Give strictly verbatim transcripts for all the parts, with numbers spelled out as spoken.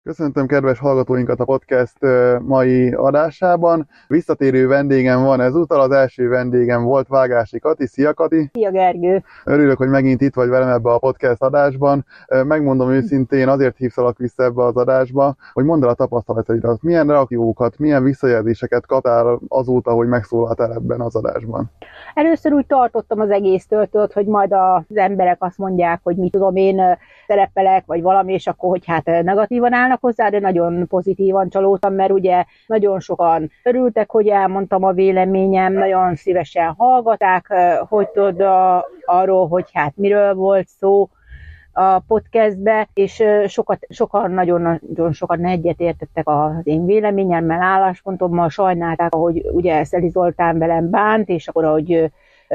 Köszöntöm kedves hallgatóinkat a podcast mai adásában. Visszatérő vendégem van ezúttal, az első vendégem volt Vágási Kati. Szia Kati! Szia Gergő! Örülök, hogy megint itt vagy velem ebbe a podcast adásban. Megmondom őszintén, azért hívtalak vissza ebbe az adásba, hogy mondd el a tapasztalataidat. Milyen reakciókat, milyen visszajelzéseket kaptál azóta, hogy megszólaltál ebben az adásban? Először úgy tartottam az egésztől, tudod, hogy majd az emberek azt mondják, hogy mit tudom én, szerepelek, vagy valami, és akkor, hogy hát negatívan állnak hozzá, de nagyon pozitívan csalódtam, mert ugye nagyon sokan örültek, hogy elmondtam a véleményem, nagyon szívesen hallgaták, hogy tudod arról, hogy hát miről volt szó a podcastbe, és sokat, sokan, nagyon, nagyon sokan egyet értettek az én véleményemmel, álláspontommal, sajnálták, ahogy ugye Szeli Zoltán velem bánt, és akkor ahogy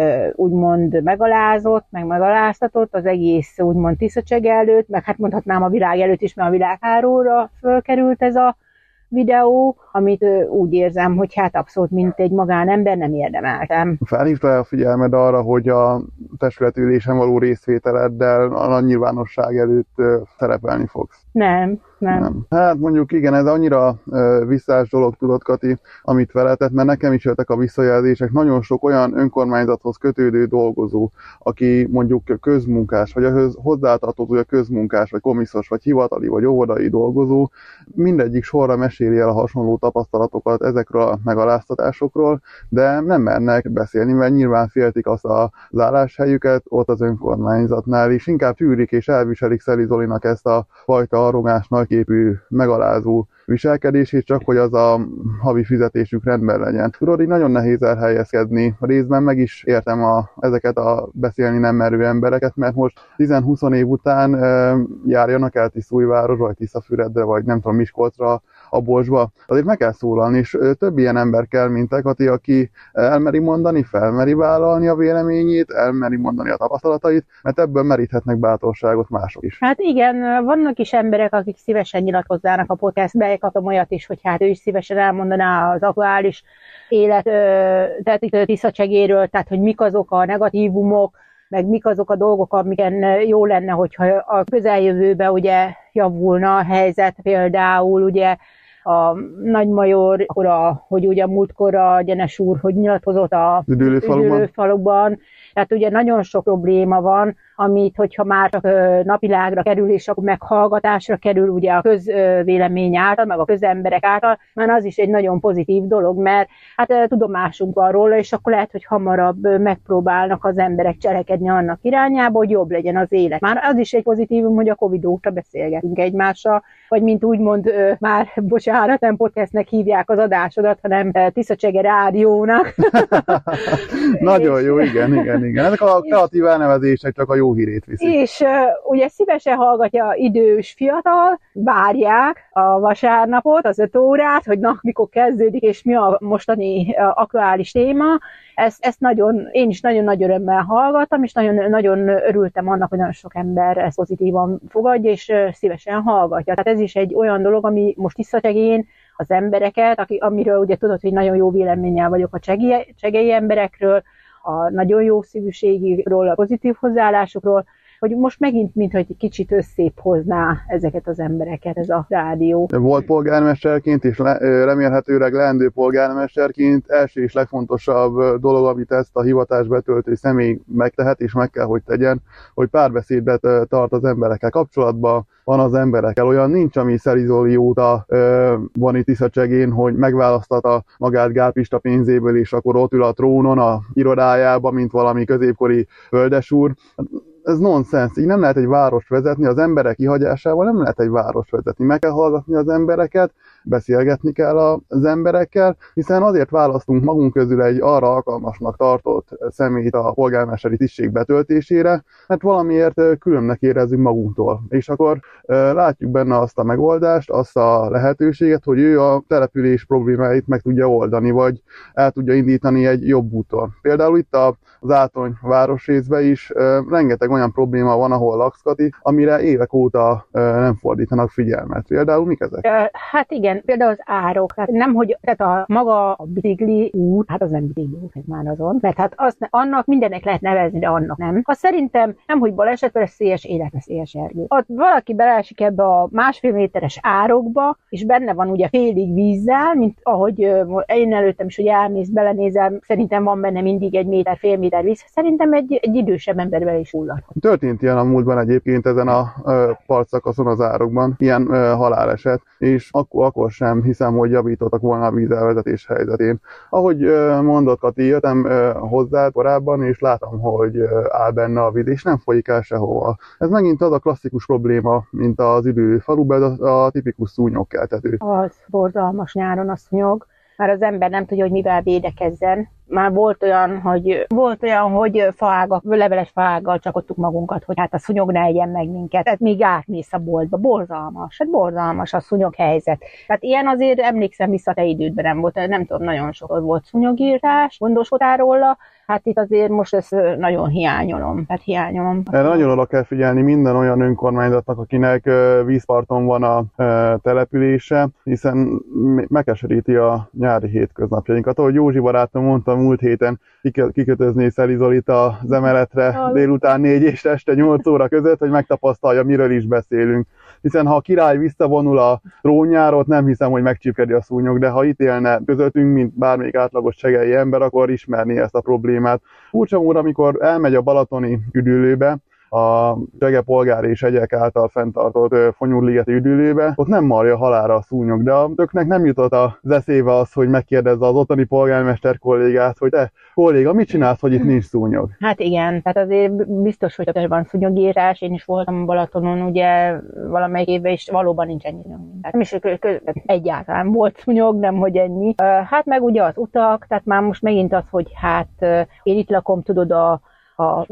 úgymond megalázott, meg megaláztatott az egész úgymond Tiszacsege előtt, meg hát mondhatnám a világ előtt is, mert a világhálóra fölkerült ez a videó, amit úgy érzem, hogy hát abszolút mint egy magánember nem érdemeltem. Felhívta a figyelmed arra, hogy a testületülésen való részvételeddel a nyilvánosság előtt szerepelni fogsz? Nem, nem. nem. Hát mondjuk igen, ez annyira visszás dolog, tudod Kati, amit veletett, mert nekem is jöttek a visszajelzések. Nagyon sok olyan önkormányzathoz kötődő dolgozó, aki mondjuk közmunkás, vagy a hozzátartozója közmunkás, vagy komiszos, vagy hivatali, vagy óvodai dolgozó, mindegyik sorra meséli el a hasonló tapasztalatokat ezekről a megaláztatásokról, de nem mernek beszélni, mert nyilván féltik azt az álláshelyüket ott az önkormányzatnál, és inkább tűrik és elviselik Szeli Zolinak ezt a fajta arrogáns, nagyképű, megalázó viselkedését, csak hogy az a havi fizetésük rendben legyen. Tudod, így nagyon nehéz elhelyezkedni. A részben meg is értem a, ezeket a beszélni nem merő embereket, mert most tíz-húsz év után e, járjanak el Tiszaújvárosra, vagy Tiszafüredre, vagy nem tudom, Miskolcra, a Borsba. Azért meg kell szólalni, és több ilyen ember kell, mint te, Kati, aki elmeri mondani, felmeri vállalni a véleményét, elmeri mondani a tapasztalatait, mert ebből meríthetnek bátorságot mások is. Hát igen, vannak is emberek, akik szívesen nyilatkozzának a podcastbe, kapom olyat is, hogy hát ő is szívesen elmondaná az aktuális élet, tehát itt Tiszacsegéről, tehát hogy mik azok a negatívumok, meg mik azok a dolgok, amiken jó lenne, hogyha a közeljövőben ugye javulna a helyzet, például ugye a Nagymajor, akkor a, hogy ugye múltkor a Gyenes úr, hogy nyilatkozott a Üdülőfaluban, tehát ugye nagyon sok probléma van, amit, hogyha már csak napvilágra kerül, és akkor meghallgatásra kerül ugye a közvélemény által, meg a közemberek által, már az is egy nagyon pozitív dolog, mert hát tudomásunk van róla, és akkor lehet, hogy hamarabb megpróbálnak az emberek cselekedni annak irányába, hogy jobb legyen az élet. Már az is egy pozitívum, hogy a Covid óta beszélgetünk egymással, vagy mint úgymond már, bocsánat, nem podcastnek hívják az adásodat, hanem Tiszacsege rádiónak. Nagyon jó, igen, igen, igen. Ezek a kreatív elnevezések csak a jó hírét viszik. És uh, ugye szívesen hallgatja idős fiatal, várják a vasárnapot, az öt órát, hogy na, mikor kezdődik, és mi a mostani uh, aktuális téma. Ezt, ezt nagyon, én is nagyon nagy örömmel hallgattam, és nagyon, nagyon örültem annak, hogy nagyon sok ember ezt pozitívan fogadja, és uh, szívesen hallgatja. Tehát ez is egy olyan dolog, ami most Tiszacsegén az embereket, aki, amiről ugye tudod, hogy nagyon jó véleménnyel vagyok a csegei, csegei emberekről, a nagyon jó szívűségről, a pozitív hozzáállásokról, hogy most megint, mintha egy kicsit összép hozná ezeket az embereket ez a rádió. Volt polgármesterként, és remélhetőleg leendő polgármesterként első és legfontosabb dolog, amit ezt a hivatást betöltő személy megtehet, és meg kell, hogy tegyen, hogy párbeszédbe tart az emberekkel kapcsolatban, van az emberekkel. Olyan nincs, ami Szeli Zoli óta ö, van itt Tiszacsegén, hogy megválasztatta magát Gál Pista pénzéből, és akkor ott ül a trónon, a irodájában, mint valami középkori földesúr. Ez nonsens, így nem lehet egy várost vezetni, az emberek kihagyásával nem lehet egy várost vezetni. Meg kell hallgatni az embereket, beszélgetni kell az emberekkel, hiszen azért választunk magunk közül egy arra alkalmasnak tartott személyt a polgármesteri tisztség betöltésére, mert valamiért különnek érezzünk magunktól. És akkor látjuk benne azt a megoldást, azt a lehetőséget, hogy ő a település problémáit meg tudja oldani, vagy el tudja indítani egy jobb úton. Például itt az Átony városrészben is rengeteg olyan probléma van, ahol laksz, Kati, amire évek óta nem fordítanak figyelmet. Például mik ezek? Hát igen, például az árok. Hát nem, hogy tehát a maga a bicikli út, hát az nem bicikli út, ez már azon, mert hát azt, annak mindennek lehet nevezni, de annak nem. Az szerintem nem, hogy baleset, veszélyes, életveszélyes erdő. Ha valaki beleesik ebbe a másfél méteres árokba, és benne van ugye félig vízzel, mint ahogy én előttem is, hogy elmész, belenézel, szerintem van benne mindig egy méter, fél méter víz. Szerintem egy, egy idősebb ember bele is hulladhat. Történt ilyen a múltban egyébként ezen a partszakaszon az árokban, ilyen haláleset, és akkor, akkor sem hiszem, hogy javítottak volna a vízelvezetés helyzetén. Ahogy mondott Kati, jöttem hozzád korábban, és látom, hogy áll benne a víz, és nem folyik el sehova. Ez megint az a klasszikus probléma, mint az üdülő faluban, a, a tipikus szúnyogkeltető. Az borzalmas nyáron a szúnyog, már az ember nem tudja, hogy mivel védekezzen. Már volt olyan, hogy volt olyan, hogy faágak, leveles faággal csapottuk magunkat, hogy hát a szúnyog ne egyen meg minket. Tehát még átmész a boltba. Borzalmas, hát borzalmas a szúnyog helyzet. Tehát ilyen azért emlékszem vissza, te idődben nem volt, nem tudom, nagyon sokat volt szúnyogírtás, gondoskodtál róla. Hát itt azért most ezt nagyon hiányolom. Tehát hiányolom. Erre nagyon oda kell figyelni minden olyan önkormányzatnak, akinek vízparton van a települése, hiszen megkeseríti a nyári hétköznapjainkat. Ahogy Józsi barátom mondta múlt héten, kikötözné Szeli Zolit az emeletre délután négy és este nyolc óra között, hogy megtapasztalja, miről is beszélünk. Hiszen ha a király visszavonul a trónjáról, nem hiszem, hogy megcsípkedi a szúnyog, de ha itt élne közöttünk, mint bármelyik átlagos csegei ember, akkor ismerné ezt a problémát. Furcsa módon, amikor elmegy a balatoni üdülőbe, a Csege polgári és egyek által fenntartott Fonyúrligeti üdülőbe, ott nem marja halálra a szúnyog, de a töknek nem jutott az eszébe az, hogy megkérdezze az ottani polgármester kollégát, hogy te, kolléga, mit csinálsz, hogy itt nincs szúnyog? Hát igen, tehát azért biztos, hogy van szúnyogírás, én is voltam Balatonon, ugye valamelyik évben is valóban nincs ennyi szúnyog. Nem is egyáltalán volt szúnyog, nem hogy ennyi. Hát meg ugye az utak, tehát már most megint az, hogy hát én itt lakom, tudod, a A,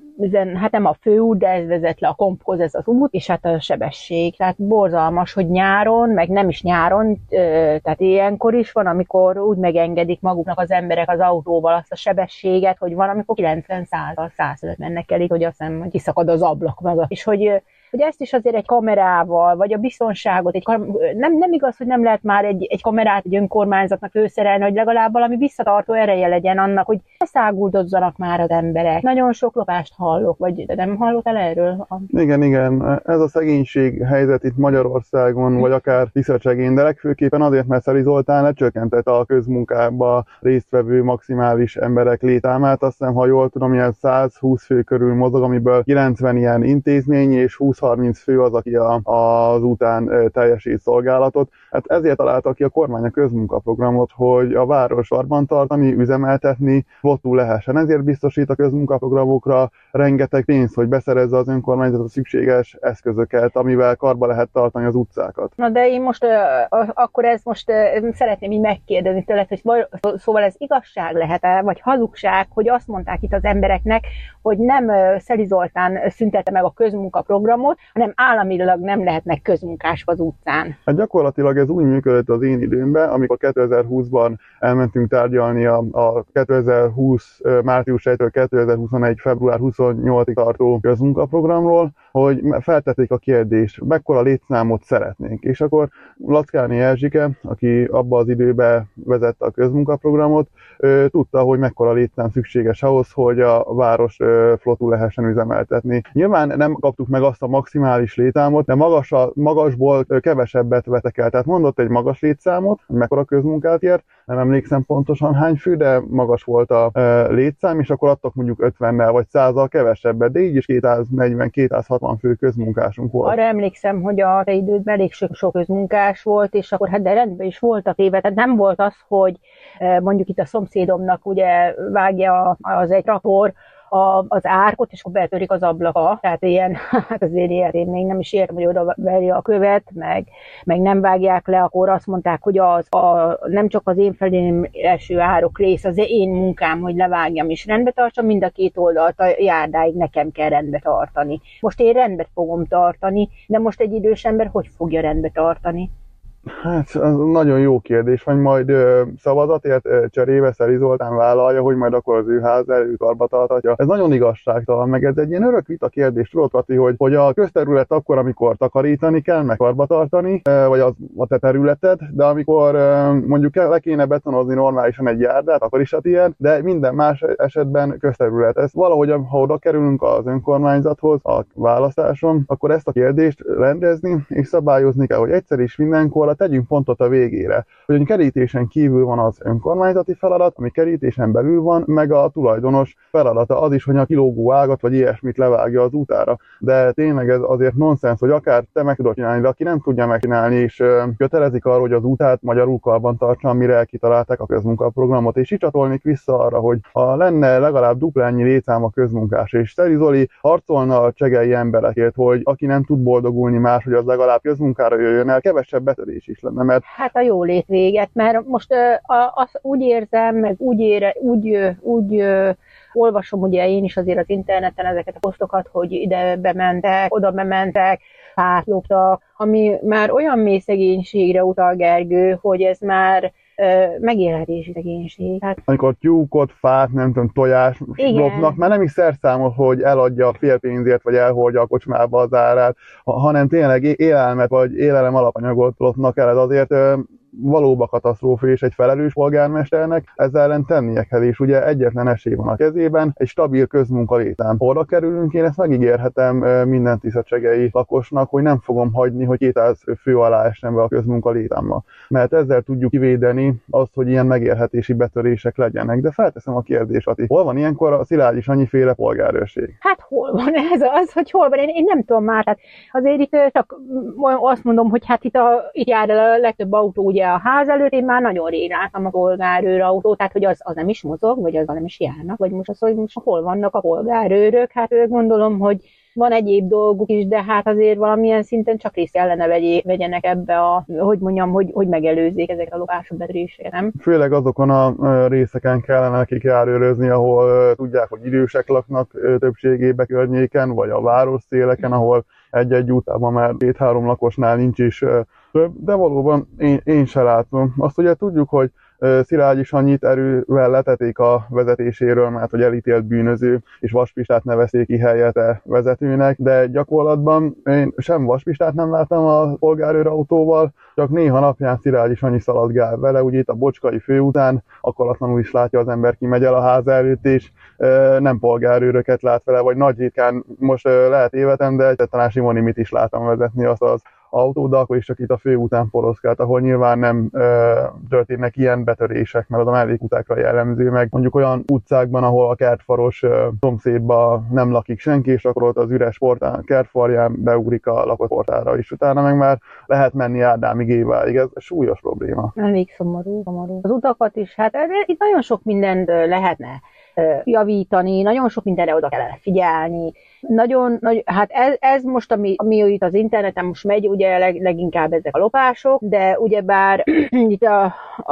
hát nem a főút, de ez vezet le a komphoz, ez az út, és hát a sebesség. Tehát borzalmas, hogy nyáron, meg nem is nyáron, tehát ilyenkor is van, amikor úgy megengedik maguknak az emberek az autóval azt a sebességet, hogy van, amikor kilencven-száz, száz fölött mennek el, hogy azt hiszem, hogy kiszakad az ablak maga. És hogy hogy ezt is azért egy kamerával, vagy a biztonságot, egy kam- nem, nem igaz, hogy nem lehet már egy, egy kamerát egy önkormányzatnak főszerelni, hogy legalább valami visszatartó ereje legyen annak, hogy ne száguldozzanak már az emberek. Nagyon sok lopást hallok, vagy nem hallottál erről? Igen, igen. Ez a szegénység helyzet itt Magyarországon, vagy akár Tiszacsegén, de legfőképpen azért, mert Szeli Zoltán lecsökkentette a közmunkába résztvevő maximális emberek létszámát. Azt hiszem, ha jól tudom, ilyen százhúsz fő körül mozog, amiből kilencven ilyen intézmény, és húsz-harminc fő az, aki a, az után teljesít szolgálatot. Hát ezért találta ki a kormány a közmunkaprogramot, hogy a város karban tartani, üzemeltetni, flottú lehessen. Ezért biztosít a közmunkaprogramokra rengeteg pénzt, hogy beszerezze az önkormányzat a szükséges eszközöket, amivel karba lehet tartani az utcákat. Na de én most uh, akkor ezt most uh, szeretném így megkérdezni tőled, hogy szóval ez igazság lehet-e, vagy hazugság, hogy azt mondták itt az embereknek, hogy nem uh, Szeli Zoltán szüntette meg a közmunkaprogramot, hanem államilag nem lehetnek közmunkások az utcán. Hát gyakorlatilag ez úgy működött az én időmben, amikor kétezer-húszban elmentünk tárgyalni a, a kétezer-húsz március elsejétől kétezer-huszonegy február huszonnyolcadikáig tartó közmunkaprogramról, hogy feltették a kérdést, mekkora létszámot szeretnénk. És akkor Lackáné Erzsike, aki abban az időben vezette a közmunkaprogramot, ő, tudta, hogy mekkora létszám szükséges ahhoz, hogy a város flottú lehessen üzemeltetni. Nyilván nem kaptuk meg azt a maximális létszámot, de magas a, magasból kevesebbet vetek el. Tehát mondott egy magas létszámot, mekkora közmunkát ért, nem emlékszem pontosan hány fő, de magas volt a e, létszám, és akkor adtak mondjuk ötvennel vagy százzal kevesebbet, de így is kétszáznegyven-kétszázhatvan fő közmunkásunk volt. Arra emlékszem, hogy a idődben elég sok, sok közmunkás volt, és akkor hát de rendben is voltak éve, tehát nem volt az, hogy mondjuk itt a szomszédomnak ugye vágja az egy traktor az árkot, és akkor betörik az ablaka. Tehát ilyen, hát azért ilyet én még nem is értem, hogy oda veri a követ, meg, meg nem vágják le, akkor azt mondták, hogy az, a, nem csak az én felém első árok rész, az én munkám, hogy levágjam és rendbe tartsam, mind a két oldalt a járdáig nekem kell rendbe tartani. Most én rendbe fogom tartani, de most egy idős ember hogy fogja rendbe tartani? Hát, az nagyon jó kérdés, vagy majd ö, szavazatért ö, cserébe Szeri Zoltán vállalja, hogy majd akkor az ő ház elő karba tartatja. Ez nagyon igazságtalan, meg ez egy ilyen örök vita kérdés, tudod, Kati, hogy, hogy a közterület akkor, amikor takarítani kell, meg karba tartani, ö, vagy az a te területed, de amikor ö, mondjuk le kéne betonozni normálisan egy járdát, akkor is hát ilyen, de minden más esetben közterület. Ez valahogy, ha oda kerülünk az önkormányzathoz a választáson, akkor ezt a kérdést rendezni és szabályozni kell, hogy egyszer is mindenkor tegyünk pontot a végére, hogy a kerítésen kívül van az önkormányzati feladat, ami kerítésen belül van, meg a tulajdonos feladata az is, hogy a kilógó ágat vagy ilyesmit levágja az útára. De tényleg ez azért nonsens, hogy akár te meg tudod csinálni, de aki nem tudja megcsinálni, és kötelezik arra, hogy az útát magyarul karban tartsa, amire kitalálták a közmunkaprogramot, és így csatolnék vissza arra, hogy ha lenne legalább duplányi létszám a közmunkás, és Szeri Zoli harcolna a csegei emberekért, hogy aki nem tud boldogulni más, hogy az legalább közmunkára jöjjön el, kevesebb betörés is lenne, mert... Hát a jólét véget, mert most azt úgy érzem, meg úgy, ére, úgy, úgy olvasom ugye én is azért az interneten ezeket a posztokat, hogy ide bementek, oda bementek, fát loptak, ami már olyan mély szegénységre utal, Gergő, hogy ez már megélhetési szegénység. Hát... Amikor tyúkot, fát, nem tudom, tojás lopnak, mert nem is szerszámol, hogy eladja a fél pénzért, vagy elhordja a kocsmába az árát, hanem tényleg élelmet, vagy élelem alapanyagot lopnak el, ez azért valóban katasztrófa, és egy felelős polgármesternek ezzel ellen tennie kell, és ugye egyetlen esély van a kezében, egy stabil közmunka létám. Ha oda kerülünk, én ezt megígérhetem minden tiszacsegei lakosnak, hogy nem fogom hagyni, hogy kétszáz fő alá essen be a közmunka létámmal. Mert ezzel tudjuk kivédeni azt, hogy ilyen megélhetési betörések legyenek. De felteszem a kérdést, Ati, hol van ilyenkor a Szilágyi Sanyi-féle polgárőrség? Hát hol van ez az, hogy hol van? Én, én nem tudom már. Hát azért itt csak azt mondom, hogy hát itt, a, itt jár a legtöbb autó ugye a ház előtt, én már nagyon rég láttam a polgárőr autót, tehát hogy az, az nem is mozog, vagy az nem is járnak, vagy most az, hogy most hol vannak a polgárőrök, hát gondolom, hogy van egyéb dolguk is, de hát azért valamilyen szinten csak részt kellene vegyenek ebbe a, hogy mondjam, hogy, hogy megelőzzék ezeket a lopások betöréseket, nem? Főleg azokon a részeken kellene nekik járőrözni, ahol tudják, hogy idősek laknak többségébe környéken, vagy a városszéleken, ahol egy-egy utában már két-három lakosnál nincs is több, de valóban én, én se látom. Azt ugye tudjuk, hogy Szilágyi Sanyit erővel letették a vezetéséről, mert hogy elítélt bűnöző, és Vaspistát nevezték ki helyette vezetőnek, de gyakorlatban én sem Vaspistát nem láttam a polgárőr autóval, csak néha napján Szilágyi Sanyi szaladgál vele, ugye itt a Bocskai főután, akaratlanul is látja az ember, ki megy el a ház előtt, és nem polgárőröket lát vele, vagy nagy ritkán, most lehet évetem, de talán Simonimit is láttam vezetni azt az autó, de akkor is csak itt a főútán poroszkált, ahol nyilván nem ö, történnek ilyen betörések, mert az a mellékutákra jellemző, meg mondjuk olyan utcákban, ahol a kertfaros ö, szomszédban nem lakik senki, és akkor ott az üres portán, kertfarján beugrik a lakott portára, és utána meg már lehet menni Ádámig Éváig. Ez súlyos probléma. Elég szomorú, szomorú. Az utakat is, hát itt nagyon sok mindent lehetne javítani, nagyon sok mindenre oda kellene figyelni. Nagyon, nagy, hát ez, ez most, ami, ami itt az interneten most megy, ugye leg, leginkább ezek a lopások, de ugyebár itt a,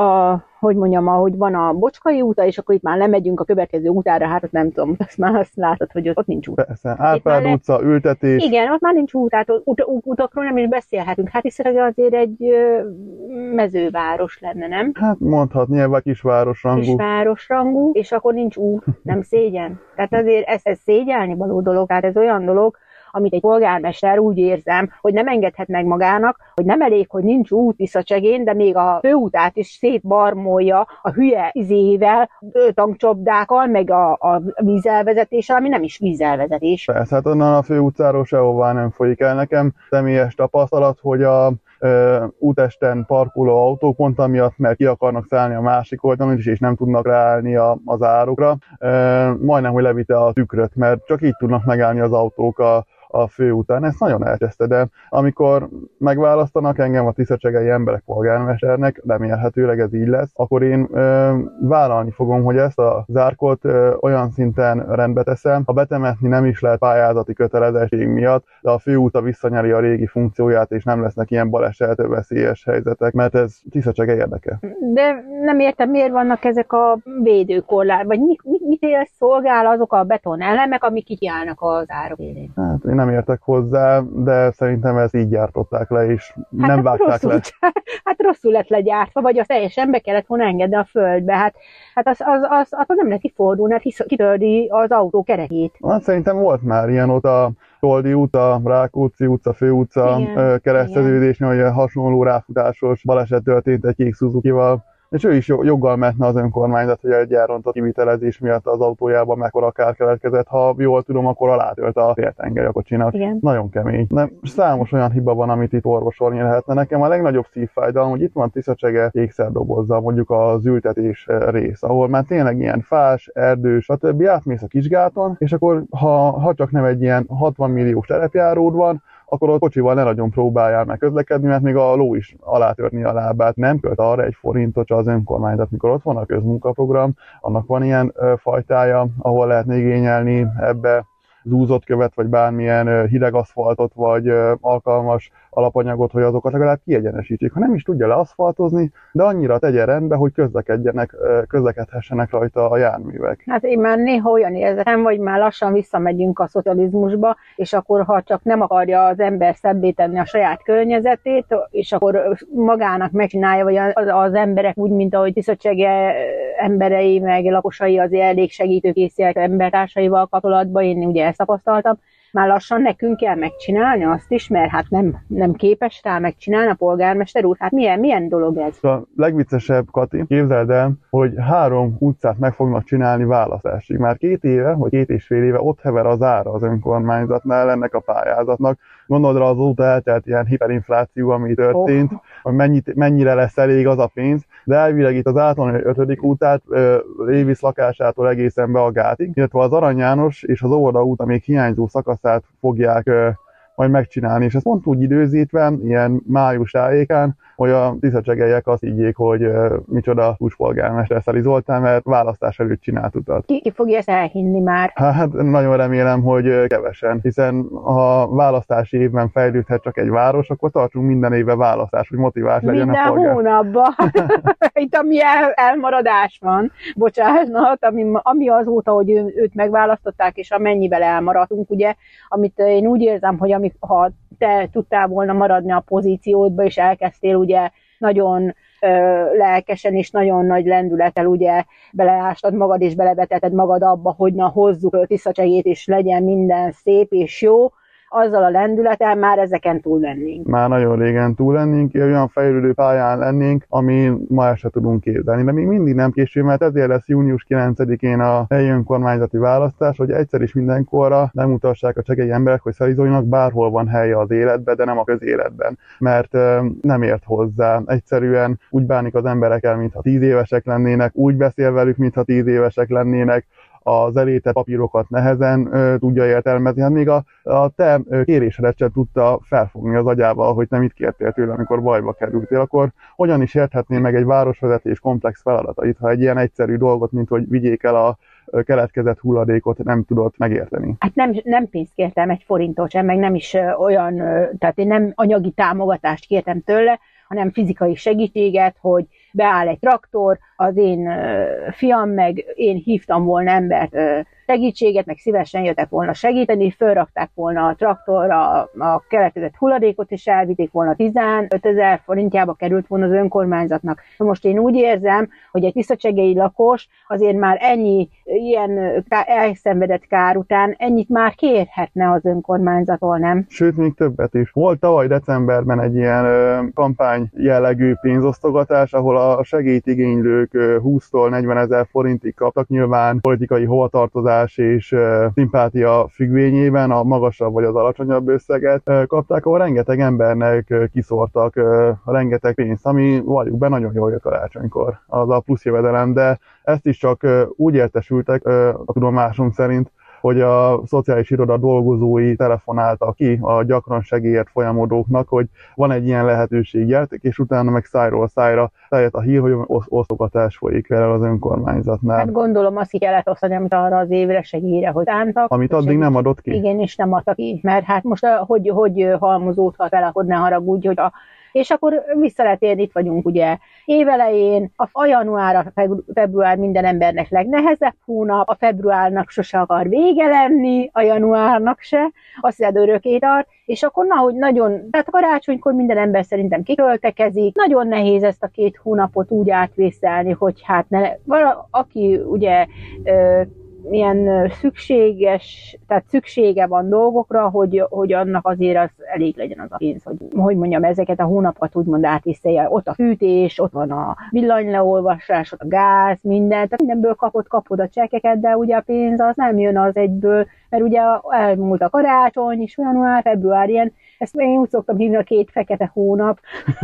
a hogy mondjam, ahogy van a Bocskai úta, és akkor itt már lemegyünk a következő útára, hát ott nem tudom, azt már azt látod, hogy ott nincs út. Persze, Árpád utca, le... ültetés. Igen, ott már nincs út, tehát ut- ut- utakról nem is beszélhetünk. Hát hiszen azért egy ö, mezőváros lenne, nem? Hát mondhatni, ebben kisvárosrangú. Kisvárosrangú, és akkor nincs út, nem szégyen. Tehát azért ez, ez szégyelni való dolog, tehát ez olyan dolog, amit egy polgármester úgy érzem, hogy nem engedhet meg magának, hogy nem elég, hogy nincs út Tiszacsegén, de még a főútát is szétbarmolja a hülye izével, tankcsapdákkal, meg a, a vízelvezetéssel, ami nem is vízelvezetés. Persze, hát onnan a főutcáról sehová nem folyik el. Nekem személyes tapasztalat, hogy a Uh, útesten parkoló autók pont amiatt, mert ki akarnak szállni a másik oldalon is, és nem tudnak ráállni a, az árokra. Uh, majdnem, hogy levitte a tükröt, mert csak így tudnak megállni az autók a, a főútán. Ezt nagyon elcseszte, de amikor megválasztanak engem a tiszacsegei emberek polgármesternek, remélhetőleg ez így lesz, akkor én ö, vállalni fogom, hogy ezt a zárkot ö, olyan szinten rendbe teszem, ha betemetni nem is lehet pályázati kötelezettség miatt, de a főúta visszanyeri a régi funkcióját, és nem lesznek ilyen baleset veszélyes helyzetek, mert ez Tiszacsege érdeke. De nem értem, miért vannak ezek a védőkorlát, vagy mit, mit, mit él szolgál azok a beton elemek, amik itt járnak az árok élén? Hát én nem értek hozzá, de szerintem ezt így gyártották le, és hát nem vágták rosszul, le. Hát rosszul lett legyártva, vagy azt teljesen be kellett volna engedni a földbe. Hát, hát az, az, az, az nem lehet kifordulni, hát kitördi az autó kerekét. Hát szerintem volt már ilyen ott a Toldi út, a Rákóczi utca, Főutca kereszteződésnél, hogy hasonló ráfutásos baleset történt egy kék Suzukival. És ő is joggal metne az önkormányzat, hogy egy elrontott kivitelezés miatt az autójában mekkora kár keletkezett. Ha jól tudom, akkor alátölt a féltengely a kocsinak. Igen. Nagyon kemény. Nem, számos olyan hiba van, amit itt orvosolni lehetne. Nekem a legnagyobb szívfájdalom, hogy itt van Tiszacsege ékszerdobozza, mondjuk az ültetés rész, ahol már tényleg ilyen fás, erdős, stb. Átmész a Kisgáton, és akkor ha, ha csak nem egy ilyen hatvan milliós terepjáród van, akkor a kocsival ne nagyon próbáljál meg közlekedni, mert még a ló is alátörni a lábát. Nem költ arra egy forintot az önkormányzat, mikor ott van a közmunkaprogram, annak van ilyen ö, fajtája, ahol lehetne igényelni ebbe zúzott követ, vagy bármilyen hideg aszfaltot, vagy alkalmas alapanyagot, hogy azokat legalább kiegyenesítsék. Ha nem is tudja leaszfaltozni, de annyira tegye rendbe, hogy közlekedjenek, közlekedhessenek rajta a járművek. Hát én már néha olyan érzetem, hogy már lassan visszamegyünk a szocializmusba, és akkor ha csak nem akarja az ember szebbé tenni a saját környezetét, és akkor magának megcsinálja, vagy az, az emberek úgy, mint ahogy Tiszacsege emberei, meg lakosai azért elég segítőkészek embertársaival kapcsolatban, én ugye ezt tapasztaltam, már lassan nekünk kell megcsinálni azt is, mert hát nem, nem képes rá megcsinálni a polgármester úr. Hát milyen, milyen dolog ez? A legviccesebb, Kati, képzeld el, hogy három utcát meg fognak csinálni választásig. Már két éve, vagy két és fél éve ott hever az ára az önkormányzatnál ennek a pályázatnak. Gondold rá, azóta eltelt ilyen hiperinfláció, ami történt, oh. hogy mennyit, mennyire lesz elég az a pénz, de elvileg itt az Átlon ötödik útát Révisz lakásától egészen be a Gátig, illetve az Arany János és az Óvoda út, amíg hiányzó szakaszát fogják ö, majd megcsinálni, és ez pont úgy időzítve, ilyen május tájékán, hogy a tiszacsegeiek azt higgyék, hogy uh, micsoda úspolgármester Szeli Zoltán, mert választás előtt csinált utat. Ki, ki fogja ezt elhinni már? Hát nagyon remélem, hogy kevesen, hiszen ha választási évben fejlődhet csak egy város, akkor tartsunk minden évben választás, hogy motivált legyen minden a polgár. Minden hónapban. Itt ami el, elmaradás van, bocsánat, ami, ami azóta, hogy ő, őt megválasztották, és amennyivel elmaradtunk, ugye, amit én úgy érzem, hogy amik, ha te tudtál volna maradni a pozíciódba, és elkezdtél ugye nagyon ö, lelkesen és nagyon nagy lendülettel ugye beleástad magad, és belevetetted magad abba, hogy na hozzuk Tiszacsegét, és legyen minden szép és jó, azzal a lendülettel már ezeken túl lennénk. Már nagyon régen túl lennénk, olyan fejlődő pályán lennénk, ami ma el se tudunk képzelni. De még mindig nem késő, mert ezért lesz június kilencedikén a helyi önkormányzati választás, hogy egyszer is mindenkorra megmutassák a csegei emberek, hogy Szeli Zolinak bárhol van helye az életben, de nem a közéletben. Mert nem ért hozzá. Egyszerűen úgy bánik az emberekkel, mintha tíz évesek lennének, úgy beszél velük, mintha tíz évesek lennének, az elétett papírokat nehezen ö, tudja értelmezni. Hát még a, a te kérésedet sem tudta felfogni az agyával, hogy te mit kértél tőle, amikor bajba kerültél, akkor hogyan is érthetné meg egy városvezetés komplex feladatait, ha egy ilyen egyszerű dolgot, mint hogy vigyék el a keletkezett hulladékot, nem tudott megérteni? Hát nem, nem pénzt kértem, egy forintot sem, meg nem is olyan, tehát én nem anyagi támogatást kértem tőle, hanem fizikai segítséget, hogy beáll egy traktor, az én uh, fiam, meg én hívtam volna embert uh, segítséget, meg szívesen jöttek volna segíteni, fölrakták volna a traktorra a, a keletkezett hulladékot, és elvitték volna tizenötezer forintjába került volna az önkormányzatnak. Most én úgy érzem, hogy egy tiszacsegei lakos azért már ennyi ilyen elszenvedett kár után ennyit már kérhetne az önkormányzattól, nem? Sőt, még többet is. Volt tavaly decemberben egy ilyen ö, kampány jellegű pénzosztogatás, ahol a segélyt igénylők húsztól negyvenezer forintig kaptak, nyilván politikai hovatartozás és uh, szimpátia függvényében a magasabb vagy az alacsonyabb összeget uh, kapták, ahol rengeteg embernek uh, kiszórtak uh, rengeteg pénzt, ami valljuk be nagyon jól jött karácsonykor, az a plusz jövedelem, de ezt is csak uh, úgy értesültek uh, a tudomásunk szerint, hogy a szociális iroda dolgozói telefonáltak ki a gyakran segélyért folyamodóknak, hogy van egy ilyen lehetőség, gyertek, és utána meg szájról szájra terjedt a hír, hogy osztogatás folyik el az önkormányzatnál. Hát gondolom azt ki kellett osztani, amit arra az évre segélyre, hogy szántak. Amit addig nem adott ki. Igen, és nem adtak ki, mert hát most hogy, hogy halmozódhat vele, hogy ne haragudj, hogy a és akkor vissza lehet érni, itt vagyunk ugye évelején, a január, a február minden embernek legnehezebb hónap, a februárnak sose akar vége lenni, a januárnak se, azt hiszed örökké tart, és akkor na, hogy nagyon, tehát a karácsonykor minden ember szerintem kiköltekezik, nagyon nehéz ezt a két hónapot úgy átvészelni, hogy hát ne, vala, aki ugye ö, milyen szükséges, tehát szüksége van dolgokra, hogy, hogy annak azért az elég legyen az a pénz, hogy, hogy mondjam, ezeket a hónapokat úgymond átviszélje. Ott a fűtés, ott van a villanyleolvasás, ott a gáz, minden, tehát mindenből kapod, kapod a csekkeket, de ugye a pénz az nem jön az egyből, mert ugye elmúlt a karácsony, és január, február ilyen, ezt én úgy szoktam hívni a két fekete hónap.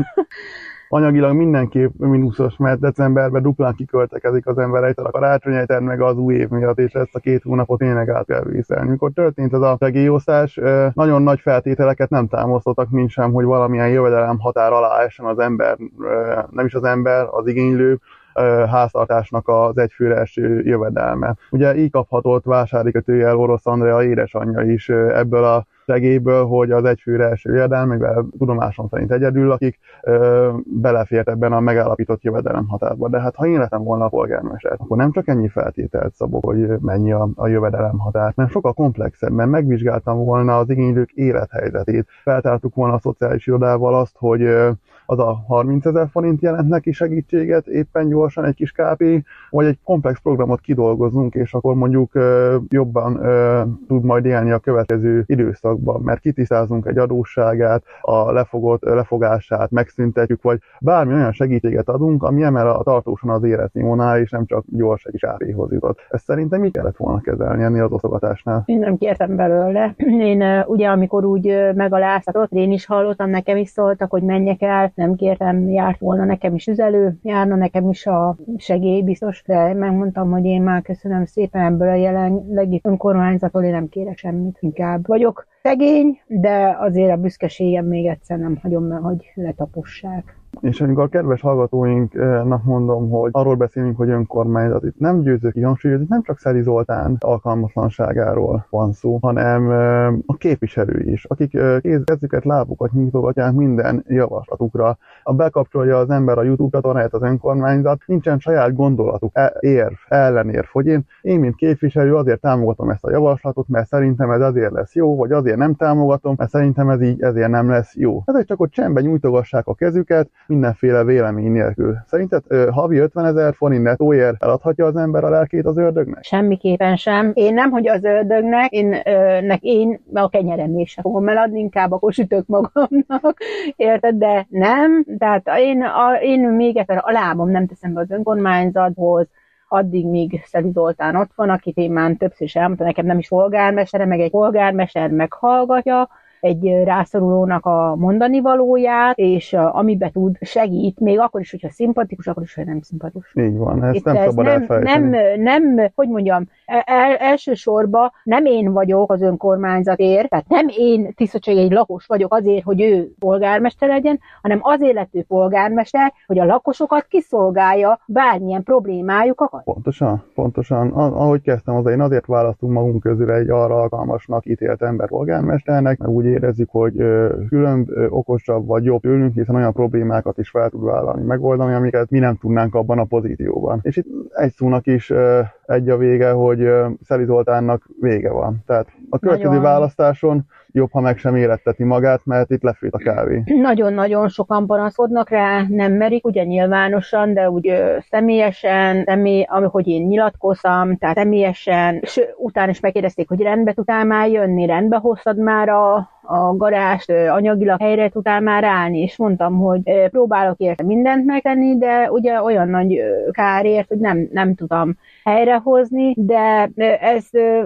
Anyagilag mindenképp mínuszos, mert decemberben duplán kiköltekezik az ember egytől a karácsonyejtel, meg az új év miatt, és ezt a két hónapot tényleg át kell vészelni. Mikor történt ez a segélyosztás, nagyon nagy feltételeket nem támasztottak, mint sem, hogy valamilyen jövedelem határ alá essen az ember, nem is az ember, az igénylő, háztartásnak az egyfőre eső jövedelme. Ugye így kaphatott vásári kötőjel Orosz Andrea édesanyja is ebből a segélyből, hogy az egyfőre eső jövedelem, mivel tudomásom szerint egyedül, akik ö, belefért ebben a megállapított jövedelem határba. De hát ha én lettem volna a polgármester, akkor nem csak ennyi feltételt szabok, hogy mennyi a, a jövedelem határ, mert sokkal komplexebben megvizsgáltam volna az igénylők élethelyzetét. Feltártuk volna a szociális irodával azt, hogy ö, az a harmincezer forint jelent neki segítséget, éppen gyorsan egy kis ká pé, vagy egy komplex programot kidolgozunk, és akkor mondjuk ö, jobban ö, tud majd élni a következő időszakban, mert kitisztázunk egy adósságát, a lefogott lefogását megszüntetjük, vagy bármi olyan segítséget adunk, ami emel a tartósan az életszínvonalá, és nem csak gyors egy ká péhoz jutott. Ezt szerintem így kellett volna kezelni ennél az osztogatásnál. Én nem kértem belőle. Én ugye, amikor úgy megaláztatott, én is hallottam, nekem is szóltak, hogy menjek el, nem kértem, járt volna nekem is üzelő, járna nekem is a segély biztos, de megmondtam, hogy én már köszönöm szépen ebből a jelenlegi önkormányzattól, én nem kérek semmit, inkább vagyok szegény, de azért a büszkeségem még egyszer nem hagyom, hogy letapossák. És amikor a kedves hallgatóinknak mondom, hogy arról beszélünk, hogy önkormányzat, itt nem győző kihangsúlyozni, nem csak Szeri Zoltán alkalmatlanságáról van szó, hanem a képviselői is, akik kezüket, lábukat nyújtogatják minden javaslatukra. A bekapcsolja az ember a YouTube csatornáját az önkormányzat, nincsen saját gondolatuk, érv, ellenérv, hogy én, én, mint képviselő azért támogatom ezt a javaslatot, mert szerintem ez azért lesz jó, vagy azért nem támogatom, mert szerintem ez így ezért nem lesz jó. Ezért csak ott csendben nyújtogassák a kezüket, mindenféle vélemény nélkül. Szerinted ö, havi ötvenezer forint nettóért eladhatja az ember a lelkét az ördögnek? Semmiképpen sem. Én nem, hogy az ördögnek, én, ö, nek én a kenyerem is fogom eladni, inkább akkor sütök magamnak, érted? De nem. Tehát én, a, én még egyszer a lábam nem teszem be az önkormányzathoz, addig még Szeli Zoltán ott van, akit én már többször is elmondtam, nekem nem is polgármestere, meg egy polgármester meghallgatja egy rászorulónak a mondani valóját, és uh, amiben tud segít, még akkor is, hogyha szimpatikus, akkor is, hogyha nem szimpatikus. Így van, ezt Itt nem ez szabad nem, elfelejteni. nem, nem, hogy mondjam, el, elsősorban nem én vagyok az önkormányzatért, tehát nem én Tiszacsegei egy lakos vagyok azért, hogy ő polgármester legyen, hanem azért lett ő polgármester, hogy a lakosokat kiszolgálja, bármilyen problémájuk akar. Pontosan, pontosan. Ahogy kezdtem az, én azért választunk magunk közül egy arra alkalmasnak ítélt ember polgármesternek, mert úgy érezzük, hogy különb, okosabb vagy jobb tőlünk, hiszen olyan problémákat is fel tud vállalni, megoldani, amiket mi nem tudnánk abban a pozícióban. És itt egy szónak is egy a vége, hogy Szeli Zoltánnak vége van. Tehát a következő Nagyon. választáson jobb, ha meg sem éretteti magát, mert itt lefőtt a kávé. Nagyon-nagyon sokan panaszkodnak rá, nem merik, ugye nyilvánosan, de úgy személyesen, személy, ahogy én nyilatkoztam, tehát személyesen, és utána is megkérdezték, hogy rendbe tudtál már jönni, rendbe hoztad már a, a garást, anyagilag helyre tudtál már állni, és mondtam, hogy próbálok érte mindent megtenni, de ugye olyan nagy kárért, hogy nem, nem tudom helyrehozni, de ez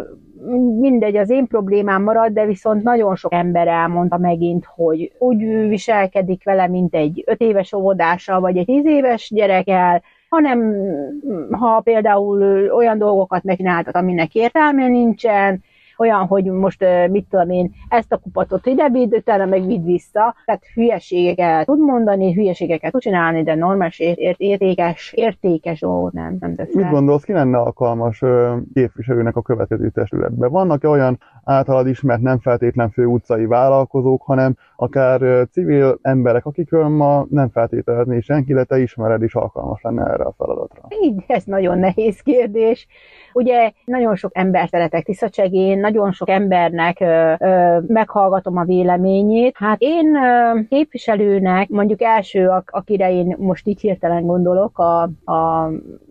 mindegy, az én problémám marad, de viszont nagyon sok ember elmondta megint, hogy úgy viselkedik vele, mint egy öt éves óvodással, vagy egy tíz éves gyerekkel, hanem ha például olyan dolgokat megcsináltat, aminek értelme nincsen, olyan, hogy most mit tudom én, ezt a kupatot ide vidd, utána meg vidd vissza. Tehát hülyeségeket tud mondani, hülyeségeket tud csinálni, de normális, ért, értékes, értékes dolgot nem, nem tesz. Mit gondolsz, ki lenne alkalmas képviselőnek a következő testületben? Vannak-e olyan általad ismert nem feltétlen főutcai vállalkozók, hanem akár civil emberek, akikről ma nem feltétlenül senki, de te ismered is alkalmas lenne erre a feladatra? Így, ez nagyon nehéz kérdés. Ugye nagyon sok ember szeretek Tiszacsegén, nagyon sok embernek ö, ö, meghallgatom a véleményét. Hát én ö, képviselőnek, mondjuk első, akire én most így hirtelen gondolok, a, a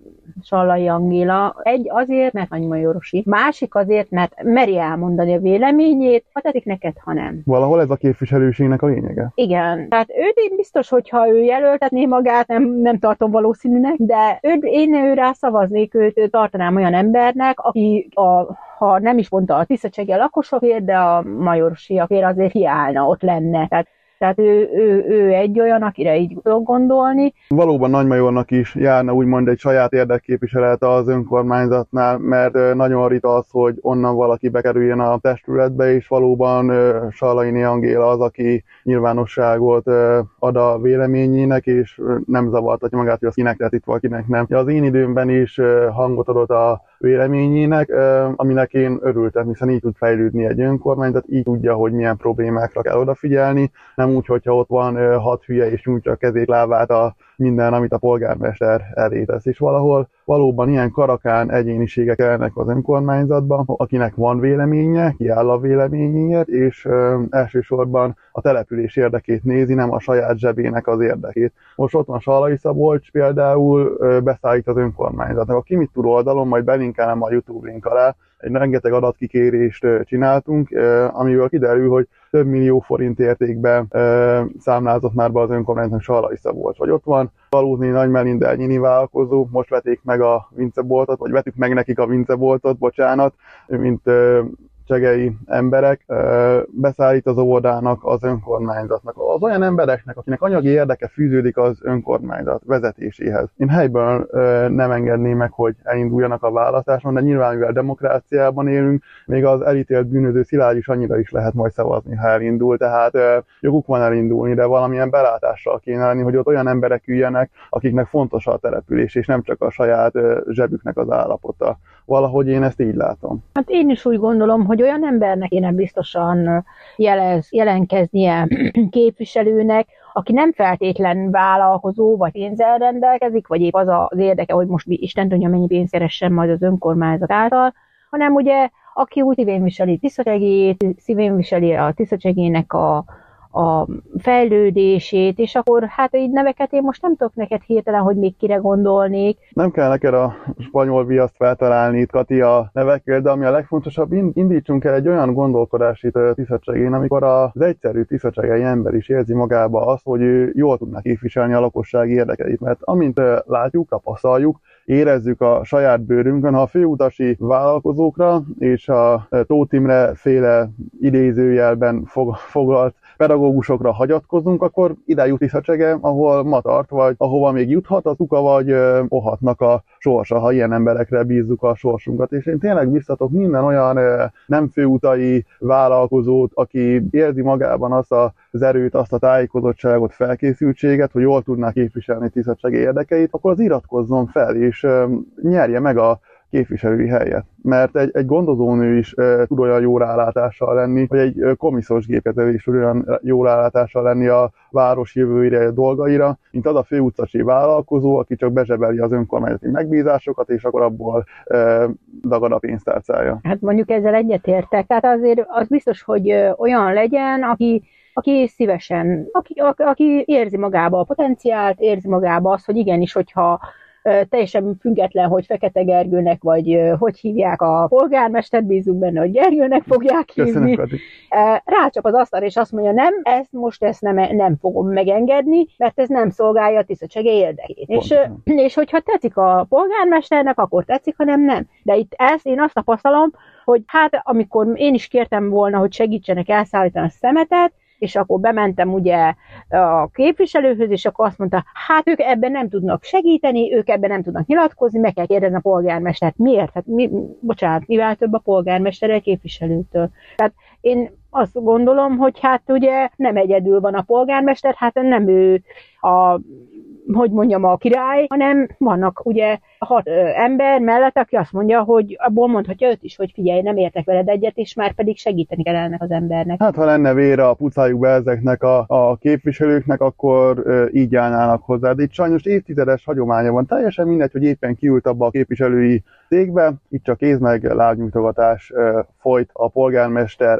Sallai Angéla. Egy azért, mert nagymajorosi, másik azért, mert meri elmondani a véleményét, ha tetszik neked, ha nem. Valahol ez a képviselőségnek a lényege? Igen. Tehát őt én biztos, hogyha ő jelöltetné magát, nem, nem tartom valószínűnek, de őt, én őrá szavaznék, őt tartanám olyan embernek, aki a ha nem is mondta a tiszacsegi lakosokért, de a majorosiakért azért hiállna, ott lenne. Tehát Tehát ő, ő, ő egy olyan, akire így tudok gondolni. Valóban Nagymajornak is járna úgymond egy saját érdekképviselete az önkormányzatnál, mert nagyon ritka az, hogy onnan valaki bekerüljön a testületbe, és valóban Sallai Angéla az, aki nyilvánosságot ad a véleményének, és nem zavartatja magát, hogy az kinek tett itt, valakinek nem. Az én időmben is hangot adott a véleményének, aminek én örültem, hiszen így tud fejlődni egy önkormányzat, így tudja, hogy milyen problémákra kell odafigyelni, nem úgy, hogyha ott van hat hülye és nyújtja a kezét, lábát a minden, amit a polgármester elé tesz. És valahol valóban ilyen karakán egyéniségek elnek az önkormányzatban, akinek van véleménye, kiáll a véleményéért, és ö, elsősorban a település érdekét nézi, nem a saját zsebének az érdekét. Most ott van Sallai Szabolcs például, ö, beszállít az önkormányzatnak. A Ki mit tud oldalon, majd belinkelem a YouTube link alá, egy rengeteg adatkikérést csináltunk, amiből kiderül, hogy több millió forint értékben számlázott már be az önkormányzatnak Sallai Szabolcs. Vagy ott van Valózni Nagy Melinda egyéni vállalkozó, most veték meg a Vinceboltot, vagy vetük meg nekik a Vinceboltot, bocsánat, mint csegei emberek, beszállít az óvodának, az önkormányzatnak, az olyan embereknek, akinek anyagi érdeke fűződik az önkormányzat vezetéséhez. Én helyből nem engedném meg, hogy elinduljanak a választáson, de nyilván, mivel demokráciában élünk, még az elítélt bűnöző Szilágy is annyira is lehet majd szavazni, ha elindul, tehát joguk van elindulni, de valamilyen belátással kéne lenni, hogy ott olyan emberek üljenek, akiknek fontos a település, és nem csak a saját zsebüknek az állapota. Valahogy én ezt így látom. Hát én is úgy gondolom, hogy olyan embernek kéne biztosan jelez, jelenkeznie képviselőnek, aki nem feltétlen vállalkozó, vagy pénzzel rendelkezik, vagy épp az az érdeke, hogy most Isten tudja, mennyi pénzt keressen majd az önkormányzat által, hanem ugye, aki úgy szívén viseli Tiszacsegét, szívén viseli a Tiszacsegének a a fejlődését, és akkor hát így neveket én most nem tudok neked hirtelen, hogy még kire gondolnék. Nem kell neked a spanyol viaszt feltalálni itt, Kati, a nevekkel, de ami a legfontosabb, indítsunk el egy olyan gondolkodást itt Tiszacsegén, amikor az egyszerű tiszacsegei ember is érzi magába azt, hogy ő jól tudná képviselni a lakosság érdekeit, mert amint látjuk, tapasztaljuk, érezzük a saját bőrünkön, ha a főutasi vállalkozókra és a Tóth Imre féle idézőjelben foglalt pedagógusokra hagyatkozunk, akkor ide jut Tiszacsege, ahol ma tart, vagy ahova még juthat az uka, vagy ohatnak a sorsa, ha ilyen emberekre bízzuk a sorsunkat. És én tényleg biztatok minden olyan nem főutai vállalkozót, aki érzi magában azt az erőt, azt a tájékozottságot, felkészültséget, hogy jól tudná képviselni Tiszacsege érdekeit, akkor az iratkozzon fel, és nyerje meg a képviselői helyet. Mert egy, egy gondozónő is e, tud olyan jó rálátással lenni, vagy egy e, komiszos gépező is tud olyan jó rálátással lenni a város jövőire, a dolgaira, mint az a főutcasi vállalkozó, aki csak bezsebeli az önkormányzati megbízásokat, és akkor abból e, dagad a pénztárcája. Hát mondjuk ezzel egyetértek. Tehát azért az biztos, hogy olyan legyen, aki aki szívesen, aki, aki érzi magába a potenciált, érzi magába azt, hogy igenis, hogyha teljesen független, hogy Fekete Gergőnek, vagy hogy hívják a polgármestert, bízunk benne, hogy Gergőnek fogják hívni. Rácsap az asztal, és azt mondja, nem, ezt most ezt nem, nem fogom megengedni, mert ez nem szolgálja a Tiszacsege érdekét. És, és hogyha tetszik a polgármesternek, akkor tetszik, ha nem, nem. De itt ezt én azt tapasztalom, hogy hát amikor én is kértem volna, hogy segítsenek elszállítani a szemetet, és akkor bementem ugye a képviselőhöz, és akkor azt mondta, hát ők ebben nem tudnak segíteni, ők ebben nem tudnak nyilatkozni, meg kell kérdezni a polgármestert. Miért? Hát mi, bocsánat, mivel több a polgármester a képviselőtől? Tehát én azt gondolom, hogy hát ugye nem egyedül van a polgármester, hát nem ő a, hogy mondjam, a király, hanem vannak ugye hat ö, ember mellett, aki azt mondja, hogy abból mondhatja őt is, hogy figyelj, nem értek veled egyet, és már pedig segíteni kell ennek az embernek. Hát ha lenne vére a pucáljuk be ezeknek a, a képviselőknek, akkor ö, így állnának hozzá. De itt sajnos évtizedes hagyománya van. Teljesen mindegy, hogy éppen kiült abba a képviselői cégbe, itt csak kéz meg lábnyújtogatás ö, folyt a polgármester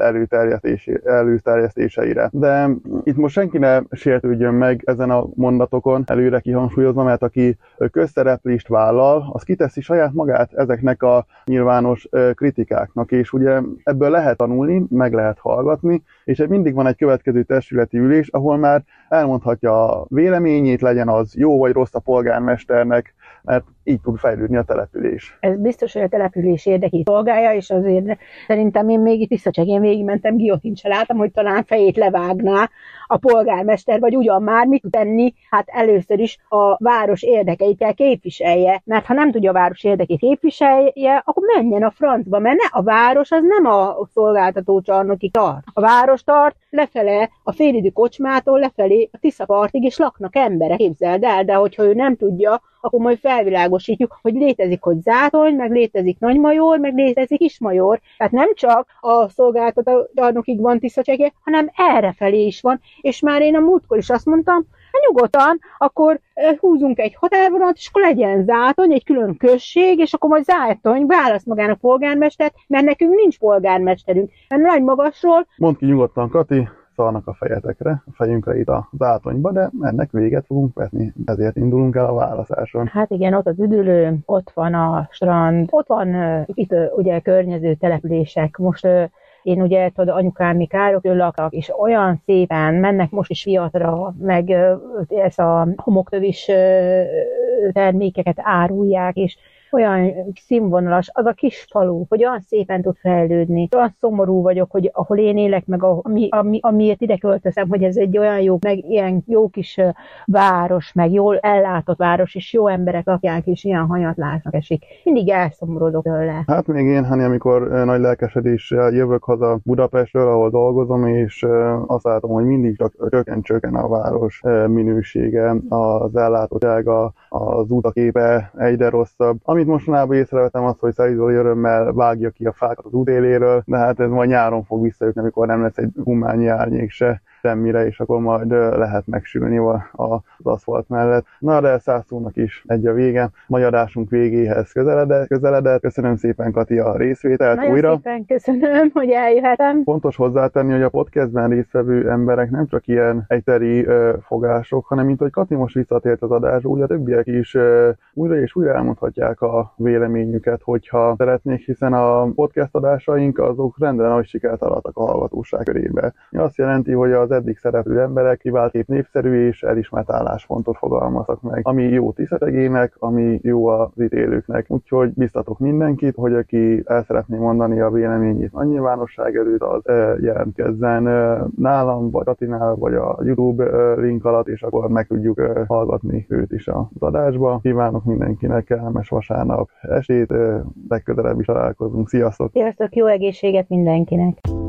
előterjesztéseire. De itt most senki ne sértődjön meg ezen a mondatokon, előre kihangsúlyozva, mert aki közszereplést vállal, az kiteszi saját magát ezeknek a nyilvános kritikáknak, és ugye ebből lehet tanulni, meg lehet hallgatni, és mindig van egy következő testületi ülés, ahol már elmondhatja a véleményét, legyen az jó vagy rossz a polgármesternek, mert így tud fejlődni a település. Ez biztos, hogy a település érdekét szolgálja, és azért szerintem én még itt visszacsegén végigmentem, Guillotine se láttam, hogy talán fejét levágná a polgármester, vagy ugyan már mit tud tenni, hát először is a város érdekeit kell képviselje, mert ha nem tudja a város érdekét képviselje, akkor menjen a francba, mert ne, a város az nem a szolgáltató csarnokig tart. A város tart lefele a félidő kocsmától lefelé a Tiszapartig, és laknak emberek, képzeld el, de hogyha ő nem tudja, akkor majd felvilágosítjuk, hogy létezik, hogy Zátony, meg létezik Nagymajor, meg létezik Kismajor. Tehát nem csak a szolgáltató csarnokig van Tiszacsegye, hanem errefelé is van, és már én a múltkor is azt mondtam, hát nyugodtan, akkor húzunk egy határvonalat, és akkor legyen Zátony, egy külön község, és akkor majd Zátony választ magának polgármestert, mert nekünk nincs polgármesterünk. Mert nagy magasról... Mondd ki nyugodtan, Kati, szarnak a fejetekre, a fejünkre itt a Zátonyba, de ennek véget fogunk vetni, ezért indulunk el a választáson. Hát igen, ott az üdülő, ott van a strand, ott van uh, itt uh, ugye környező települések. Most uh, én ugye, tudod, anyukám mi Károlytól lakak, és olyan szépen mennek most is fiatra, meg uh, ez a homoktövis uh, termékeket árulják, és olyan színvonalas az a kis falu, hogy olyan szépen tud fejlődni. Olyan szomorú vagyok, hogy ahol én élek, meg ami, ami, amiért ide költözem, hogy ez egy olyan jó, meg ilyen jó kis város, meg jól ellátott város, és jó emberek lakják, és ilyen hanyatlásnak esik. Mindig elszomorodok tőle. Hát még én, Hani, amikor nagy lelkesedéssel jövök haza Budapestről, ahol dolgozom, és azt látom, hogy mindig csak csökken-csökken a város minősége, az ellátottsága, az utaképe egyre rosszabb. Amit mostanában észrevettem az, hogy Szeri Zoli örömmel vágja ki a fákat az útéléről, de hát ez majd nyáron fog visszajutni, amikor nem lesz egy humányi árnyék se semmire, és akkor majd lehet megsülni az aszfalt mellett. Na, de százszónak is egy a vége. Mai adásunk végéhez közeledett. közeledett. Köszönöm szépen, Kati, a részvételt Nagyon újra. Nagyon szépen köszönöm, hogy eljöhetem. Fontos hozzátenni, hogy a podcastben résztvevő emberek nem csak ilyen egyteri ö, fogások, hanem mint hogy Kati most visszatért az adásra, úgy a többiek is ö, újra és újra elmondhatják a véleményüket, hogyha szeretnék, hiszen a podcast adásaink azok rendre nagy sikert arattak a hallgatóság körébe. Azt jelenti, hogy az eddig szereplő emberek kiváltképp népszerű és elismert álláspontot fogalmaztak meg, ami jó Tiszacsegének, ami jó az itt élőknek. Úgyhogy biztatok mindenkit, hogy aki el szeretné mondani a véleményét nagy nyilvánosság előtt, az jelentkezzen nálam, vagy Katinál, vagy a YouTube link alatt, és akkor meg tudjuk hallgatni őt is az adásba. Kívánok mindenkinek kellemes vasárnap estét, legközelebb is találkozunk. Sziasztok! Sziasztok, jó egészséget mindenkinek!